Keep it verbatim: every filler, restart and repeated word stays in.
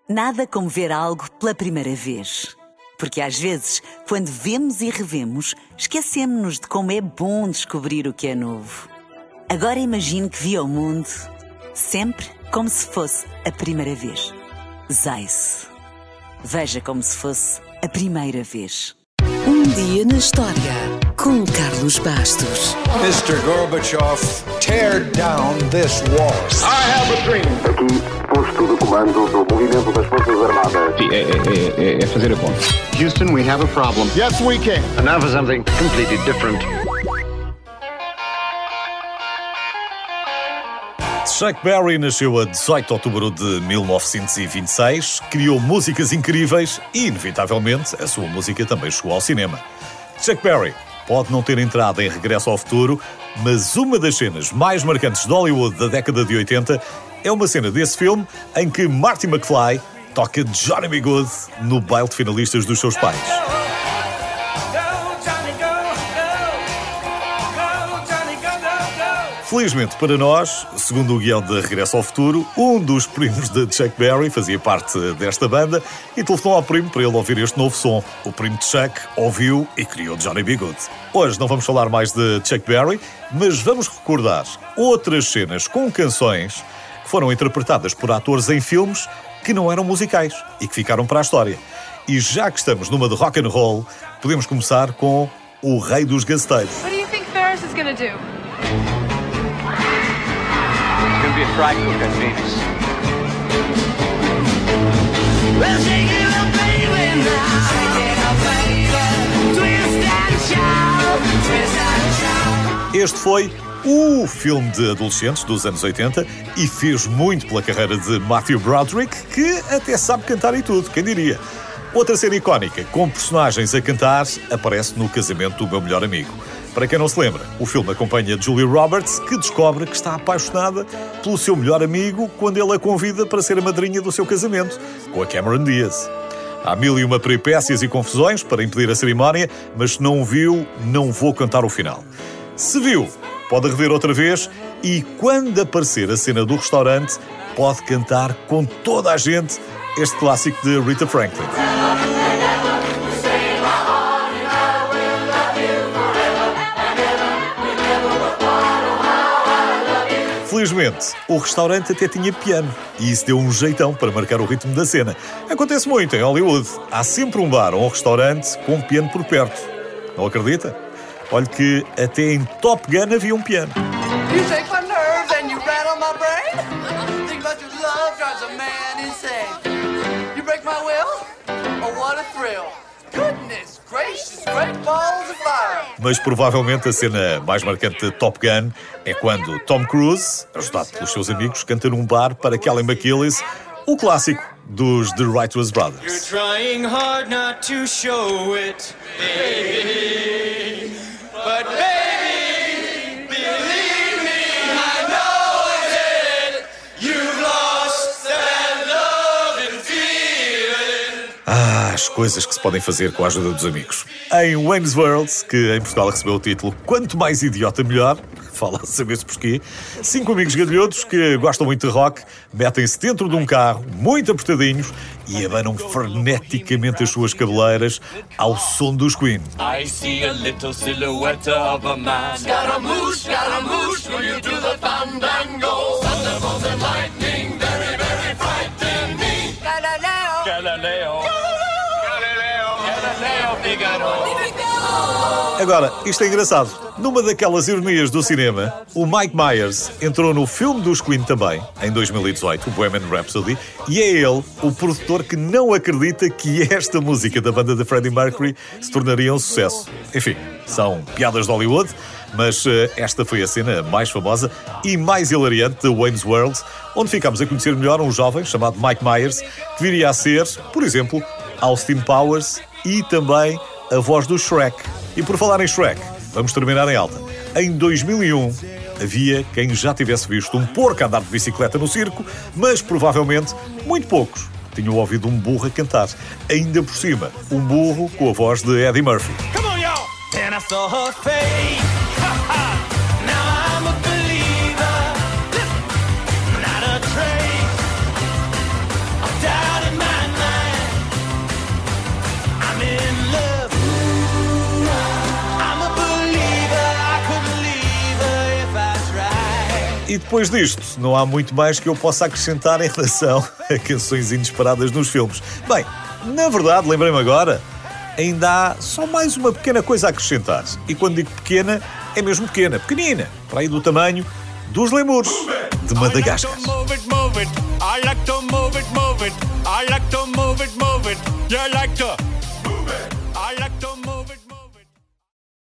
Nada como ver algo pela primeira vez. Porque às vezes, quando vemos e revemos, esquecemos-nos de como é bom descobrir o que é novo. Agora imagine que viu o mundo sempre como se fosse a primeira vez. Zais. Veja como se fosse a primeira vez. Um dia na história, com Carlos Bastos. mister Gorbachev, tear down this wall. I have a dream. Aqui, posto de comando do movimento das Forças Armadas. Sim, é, é, é, é fazer a conta. Houston, we have a problem. Yes, we can. And now for something completely different. Chuck Berry nasceu a dezoito de outubro de mil novecentos e vinte e seis, criou músicas incríveis e, inevitavelmente, a sua música também chegou ao cinema. Chuck Berry pode não ter entrado em Regresso ao Futuro, mas uma das cenas mais marcantes de Hollywood da década de oitenta é uma cena desse filme em que Marty McFly toca Johnny B. Good no baile de finalistas dos seus pais. Felizmente para nós, segundo o guião de Regresso ao Futuro, um dos primos de Chuck Berry fazia parte desta banda e telefonou ao primo para ele ouvir este novo som. O primo de Chuck ouviu e criou Johnny B. Good. Hoje não vamos falar mais de Chuck Berry, mas vamos recordar outras cenas com canções que foram interpretadas por atores em filmes que não eram musicais e que ficaram para a história. E já que estamos numa de rock and roll, podemos começar com o rei dos gasteiros. What do you think Ferris is gonna do? It's gonna be a fry cook on Venus. Well, shake it up, baby, now. Shake it up, baby. Twist and shout. Twist and shout. Este foi o filme de adolescentes dos anos oitenta e fez muito pela carreira de Matthew Broderick, que até sabe cantar e tudo, quem diria. Outra cena icónica, com personagens a cantar, aparece no Casamento do Meu Melhor Amigo. Para quem não se lembra, o filme acompanha Julia Roberts, que descobre que está apaixonada pelo seu melhor amigo quando ele a convida para ser a madrinha do seu casamento, com a Cameron Diaz. Há mil e uma peripécias e confusões para impedir a cerimónia, mas se não viu, não vou contar o final. Se viu, pode rever outra vez e, quando aparecer a cena do restaurante, pode cantar com toda a gente este clássico de Rita Franklin. Felizmente, o restaurante até tinha piano e isso deu um jeitão para marcar o ritmo da cena. Acontece muito em Hollywood. Há sempre um bar ou um restaurante com um piano por perto. Não acredita? Olha que até em Top Gun havia um piano. You take my nerves and you rattle my brain. Think about your love drives a man insane. You break my will? Oh, what a thrill. Goodness gracious, great balls of fire. Mas provavelmente a cena mais marcante de Top Gun é quando Tom Cruise, ajudado pelos seus amigos, canta num bar para Kelly McGillis, o clássico dos The Righteous Brothers. You're trying hard not to show it, baby. But baby, believe me, I know it. You've lost that love and feeling. Ah, as coisas que se podem fazer com a ajuda dos amigos. Em Wayne's World, que em Portugal recebeu o título Quanto Mais Idiota Melhor, fala a saber-se porquê, cinco amigos galhotos que gostam muito de rock metem-se dentro de um carro, muito apertadinhos, e abanam freneticamente as suas cabeleiras ao som dos Queen. I see a little silhouette of a man. Scaramouche, Scaramouche, will you do the fandango? Thunderbolt and lightning, very, very frightening me. Galileo, Galileo. Galileo. Galileo Figaro. Agora, isto é engraçado. Numa daquelas ironias do cinema, o Mike Myers entrou no filme dos Queen também, em dois mil e dezoito, o Bohemian Rhapsody, e é ele, o produtor, que não acredita que esta música da banda de Freddie Mercury se tornaria um sucesso. Enfim, são piadas de Hollywood, mas uh, esta foi a cena mais famosa e mais hilariante de Wayne's World, onde ficámos a conhecer melhor um jovem chamado Mike Myers, que viria a ser, por exemplo, Austin Powers e também a voz do Shrek. E por falar em Shrek, vamos terminar em alta. Em dois mil e um, havia quem já tivesse visto um porco andar de bicicleta no circo, mas provavelmente muito poucos tinham ouvido um burro a cantar. Ainda por cima, um burro com a voz de Eddie Murphy. Come on, y'all. Then I saw her face. Ha, ha. Now I'm a believer. Not a trace of doubt in my E depois disto, não há muito mais que eu possa acrescentar em relação a canções inesperadas nos filmes. Bem, na verdade, lembrei-me agora, ainda há só mais uma pequena coisa a acrescentar. E quando digo pequena, é mesmo pequena, pequenina, para aí do tamanho dos lemures de Madagascar. I like to move it, move it. I like to move it, move it. You like to